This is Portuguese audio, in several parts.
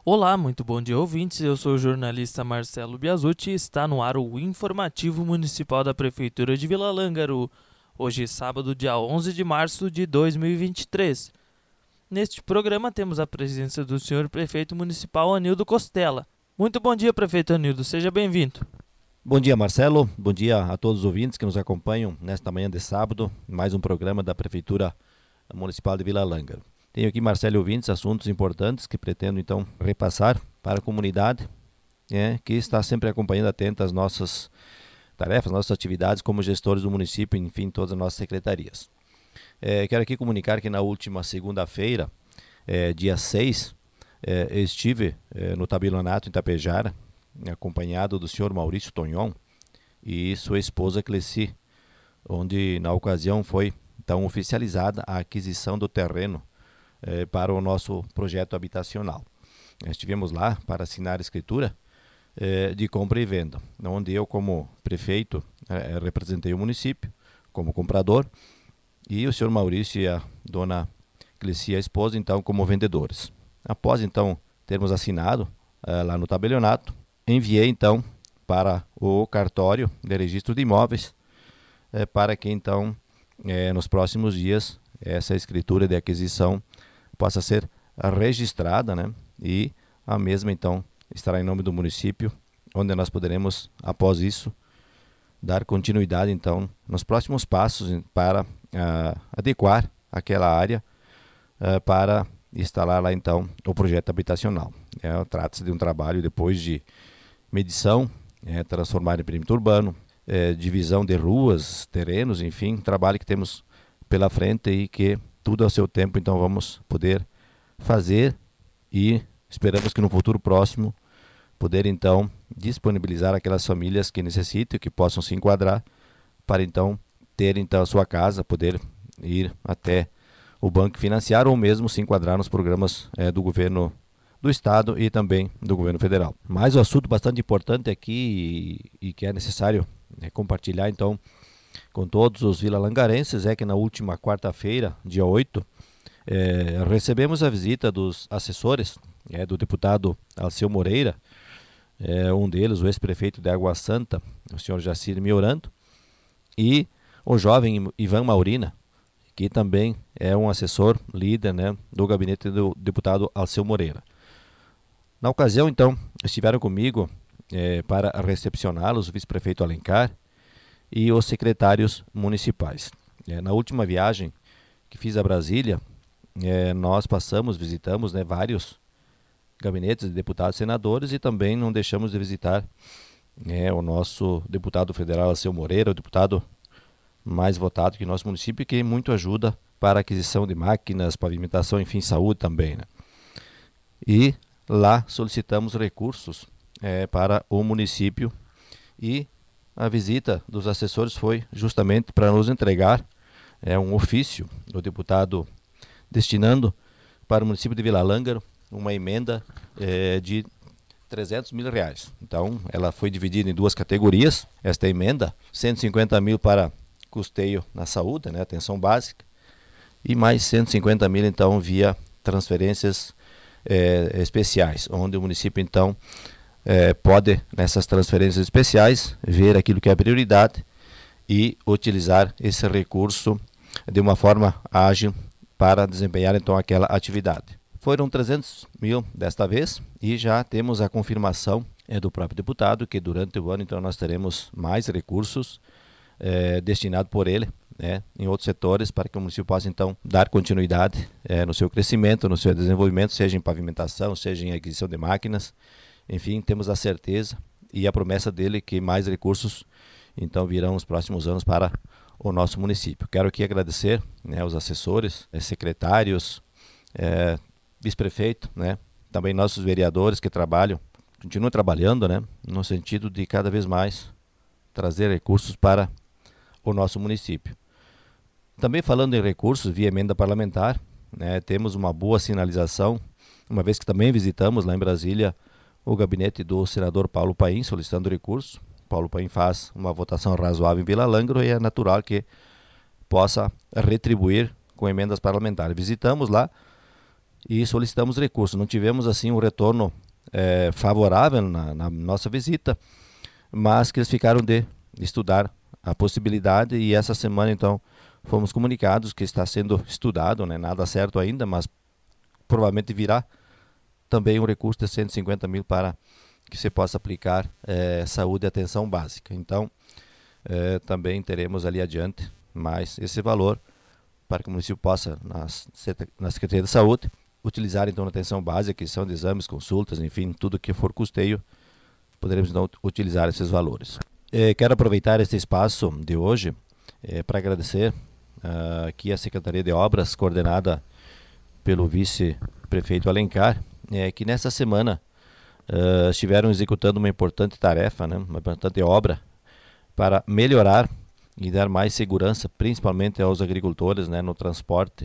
Olá, muito bom dia, ouvintes. Eu sou o jornalista Marcelo Biasucci e está no ar o Informativo Municipal da Prefeitura de Vila Lângaro. Hoje, sábado, dia 11 de março de 2023. Neste programa temos a presença do senhor prefeito municipal Anildo Costela. Muito bom dia, prefeito Anildo. Seja bem-vindo. Bom dia, Marcelo. Bom dia a todos os ouvintes que nos acompanham nesta manhã de sábado. Mais um programa da Prefeitura Municipal de Vila Lângaro. Tenho aqui, Marcelo e ouvintes, assuntos importantes que pretendo então repassar para a comunidade, que está sempre acompanhando atenta às nossas tarefas, nossas atividades como gestores do município, enfim, todas as nossas secretarias. Quero aqui comunicar que na última segunda-feira, dia 6, estive no tabelionato em Tapejara, acompanhado do senhor Maurício Tonhon e sua esposa Cleci, onde na ocasião foi então oficializada a aquisição do terreno para o nosso projeto habitacional. Estivemos lá para assinar a escritura de compra e venda, onde eu, como prefeito, representei o município como comprador e o senhor Maurício e a dona Cleci, a esposa, então, como vendedores. Após, então, termos assinado lá no tabelionato, enviei, então, para o cartório de registro de imóveis para que, então, nos próximos dias, essa escritura de aquisição possa ser registrada, e a mesma, então, estará em nome do município, onde nós poderemos, após isso, dar continuidade, então, nos próximos passos para adequar aquela área para instalar lá, então, o projeto habitacional. Trata-se de um trabalho depois de medição, transformar em perímetro urbano, divisão de ruas, terrenos, enfim, trabalho que temos pela frente e que tudo ao seu tempo, então, vamos poder fazer e esperamos que no futuro próximo poder, então, disponibilizar aquelas famílias que necessitem, que possam se enquadrar para, então, ter, então, a sua casa, poder ir até o banco financiar ou mesmo se enquadrar nos programas do governo do estado e também do governo federal. Mas o assunto bastante importante aqui e que é necessário compartilhar, então, com todos os vilalangarenses é que na última quarta-feira, dia 8, recebemos a visita dos assessores do deputado Alceu Moreira, um deles, o ex-prefeito de Água Santa, o senhor Jacir Miorando, e o jovem Ivan Maurina, que também é um assessor líder do gabinete do deputado Alceu Moreira. Na ocasião, então, estiveram comigo para recepcioná-los o vice-prefeito Alencar e os secretários municipais. Na última viagem que fiz a Brasília, nós visitamos vários gabinetes de deputados e senadores e também não deixamos de visitar o nosso deputado federal Alceu Moreira, o deputado mais votado que nosso município, que muito ajuda para a aquisição de máquinas, pavimentação, enfim, saúde também. E lá solicitamos recursos para o município e a visita dos assessores foi justamente para nos entregar um ofício do deputado destinando para o município de Vila Lângaro uma emenda de R$300 mil. Então, ela foi dividida em duas categorias, esta emenda, 150 mil para custeio na saúde, atenção básica, e mais 150 mil, então, via transferências especiais, onde o município, então, pode, nessas transferências especiais, ver aquilo que é a prioridade e utilizar esse recurso de uma forma ágil para desempenhar, então, aquela atividade. Foram 300 mil desta vez e já temos a confirmação do próprio deputado que durante o ano, então, nós teremos mais recursos destinados por ele em outros setores para que o município possa, então, dar continuidade no seu crescimento, no seu desenvolvimento, seja em pavimentação, seja em aquisição de máquinas. Enfim, temos a certeza e a promessa dele que mais recursos, então, virão nos próximos anos para o nosso município. Quero aqui agradecer os assessores, secretários, vice-prefeito, também nossos vereadores que continuam trabalhando, no sentido de cada vez mais trazer recursos para o nosso município. Também falando em recursos via emenda parlamentar, temos uma boa sinalização, uma vez que também visitamos lá em Brasília o gabinete do senador Paulo Paim solicitando recurso. Paulo Paim faz uma votação razoável em Vila Lângaro e é natural que possa retribuir com emendas parlamentares. Visitamos lá e solicitamos recursos. Não tivemos assim um retorno favorável na nossa visita, mas que eles ficaram de estudar a possibilidade, e essa semana então fomos comunicados que está sendo estudado, né? Nada certo ainda, mas provavelmente virá também um recurso de 150 mil para que se possa aplicar saúde e atenção básica. Então também teremos ali adiante mais esse valor para que o município possa, na Secretaria de Saúde, utilizar então a atenção básica, que são de exames, consultas, enfim, tudo que for custeio, poderemos então utilizar esses valores. Quero aproveitar este espaço de hoje para agradecer aqui a Secretaria de Obras, coordenada pelo vice-prefeito Alencar, que nessa semana estiveram executando uma importante tarefa, né, uma importante obra para melhorar e dar mais segurança, principalmente aos agricultores, né, no transporte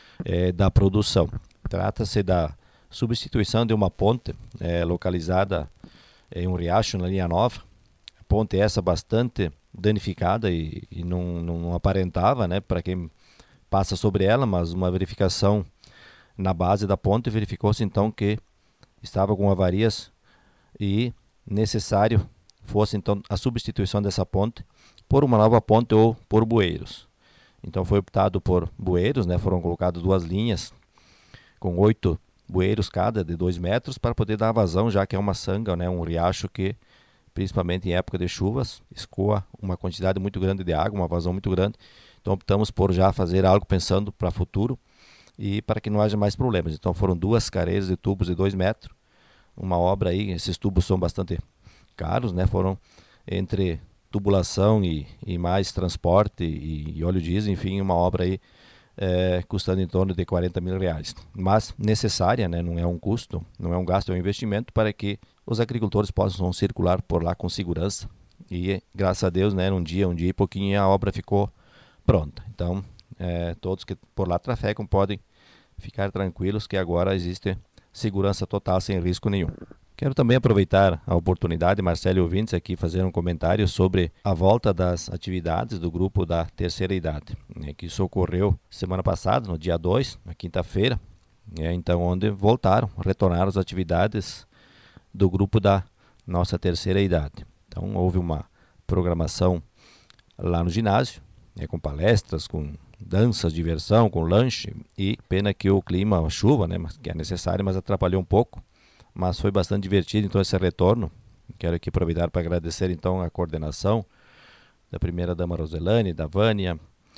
da produção. Trata-se da substituição de uma ponte localizada em um riacho na linha nova. A ponte essa bastante danificada e não aparentava, né, para quem passa sobre ela, mas uma verificação na base da ponte verificou-se então que estava com avarias e necessário fosse então a substituição dessa ponte por uma nova ponte ou por bueiros. Então foi optado por bueiros, né, foram colocadas 2 linhas com 8 bueiros cada de 2 metros para poder dar vazão, já que é uma sanga, né, um riacho que, principalmente em época de chuvas, escoa uma quantidade muito grande de água, uma vazão muito grande. Então optamos por já fazer algo pensando para o futuro e para que não haja mais problemas. Então foram 2 careiras de tubos de 2 metros, uma obra aí, esses tubos são bastante caros, né, foram entre tubulação e mais transporte e óleo diesel, enfim, uma obra aí custando em torno de 40 mil reais, mas necessária, né? Não é um custo, não é um gasto, é um investimento para que os agricultores possam circular por lá com segurança e graças a Deus, né, um dia e pouquinho a obra ficou pronta. Então todos que por lá trafegam podem ficar tranquilos que agora existe segurança total sem risco nenhum. Quero também aproveitar a oportunidade, Marcelo e ouvintes, aqui fazer um comentário sobre a volta das atividades do grupo da terceira idade, né, que isso ocorreu semana passada, no dia 2, na quinta-feira, então onde retornaram as atividades do grupo da nossa terceira idade. Então houve uma programação lá no ginásio, com palestras, com danças, diversão, com lanche, e pena que o clima, a chuva, né, que é necessário, mas atrapalhou um pouco. Mas foi bastante divertido então esse retorno. Quero aqui aproveitar para agradecer então a coordenação da primeira-dama Roselane, da Vânia,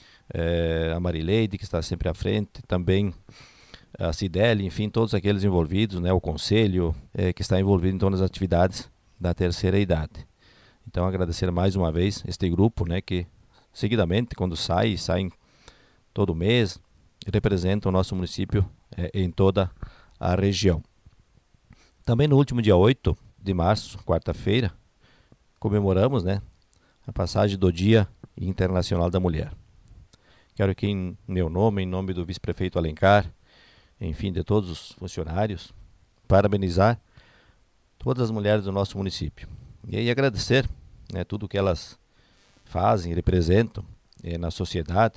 a Marileide, que está sempre à frente, também a Cideli, enfim, todos aqueles envolvidos, né, o conselho que está envolvido então nas atividades da terceira idade. Então agradecer mais uma vez este grupo, né, que seguidamente, quando saem todo mês, representam o nosso município em toda a região. Também no último dia 8 de março, quarta-feira, comemoramos, né, a passagem do Dia Internacional da Mulher. Quero aqui em meu nome, em nome do vice-prefeito Alencar, enfim, de todos os funcionários, parabenizar todas as mulheres do nosso município. E aí agradecer, né, tudo que elas fazem, representam na sociedade.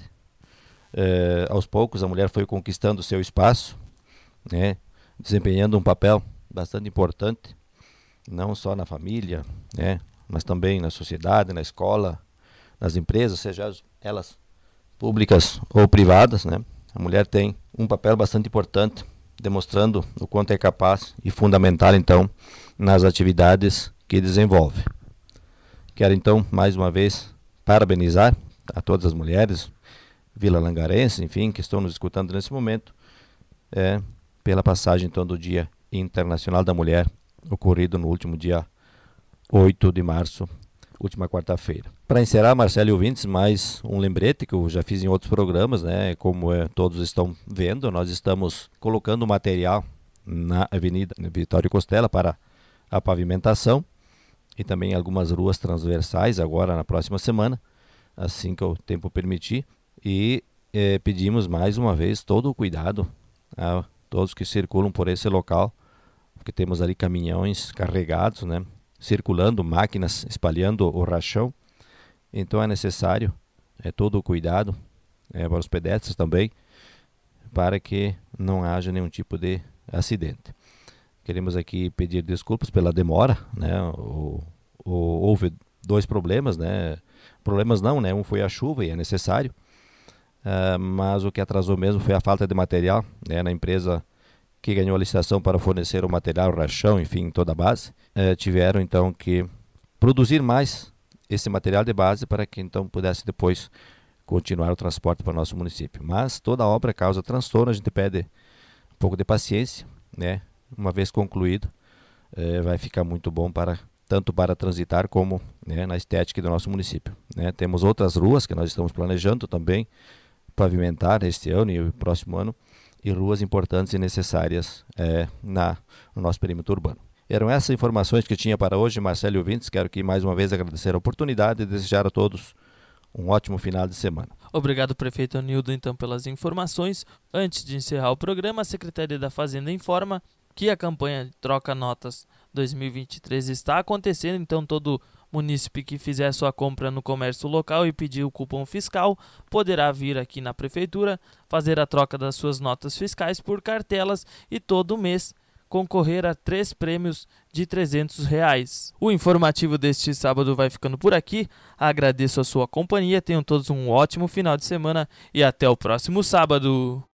Aos poucos a mulher foi conquistando o seu espaço, né, desempenhando um papel bastante importante, não só na família, né, mas também na sociedade, na escola, nas empresas, seja elas públicas ou privadas, né. A mulher tem um papel bastante importante, demonstrando o quanto é capaz e fundamental, então, nas atividades que desenvolve. Quero, então, mais uma vez, parabenizar a todas as mulheres vilalangarenses, enfim, que estão nos escutando nesse momento, pela passagem, então, do Dia Internacional da Mulher, ocorrido no último dia 8 de março, última quarta-feira. Para encerrar, Marcelo e ouvintes, mais um lembrete que eu já fiz em outros programas, né? Como todos estão vendo, nós estamos colocando material na Avenida Vitório Costela para a pavimentação e também algumas ruas transversais agora na próxima semana, assim que o tempo permitir, e pedimos mais uma vez todo o cuidado a todos que circulam por esse local, porque temos ali caminhões carregados, né, circulando, máquinas espalhando o rachão. Então é necessário todo o cuidado para os pedestres também, para que não haja nenhum tipo de acidente. Queremos aqui pedir desculpas pela demora, né? Houve 2 problemas, né? Problemas não, né? Um foi a chuva e é necessário, mas o que atrasou mesmo foi a falta de material, né? Na empresa que ganhou a licitação para fornecer o material, rachão, enfim, toda a base, tiveram então que produzir mais esse material de base para que então pudesse depois continuar o transporte para o nosso município. Mas toda obra causa transtorno, a gente pede um pouco de paciência, né? Uma vez concluído, vai ficar muito bom tanto para transitar como, né, na estética do nosso município, né? Temos outras ruas que nós estamos planejando também pavimentar este ano e o próximo ano, e ruas importantes e necessárias no nosso perímetro urbano. Eram essas informações que eu tinha para hoje, Marcelo e ouvintes. Quero aqui mais uma vez agradecer a oportunidade e desejar a todos um ótimo final de semana. Obrigado, prefeito Anildo, então, pelas informações. Antes de encerrar o programa, a Secretaria da Fazenda informa que a campanha Troca Notas 2023 está acontecendo, então todo munícipe que fizer sua compra no comércio local e pedir o cupom fiscal poderá vir aqui na prefeitura fazer a troca das suas notas fiscais por cartelas e todo mês concorrer a 3 prêmios de R$300. O informativo deste sábado vai ficando por aqui. Agradeço a sua companhia, tenham todos um ótimo final de semana e até o próximo sábado.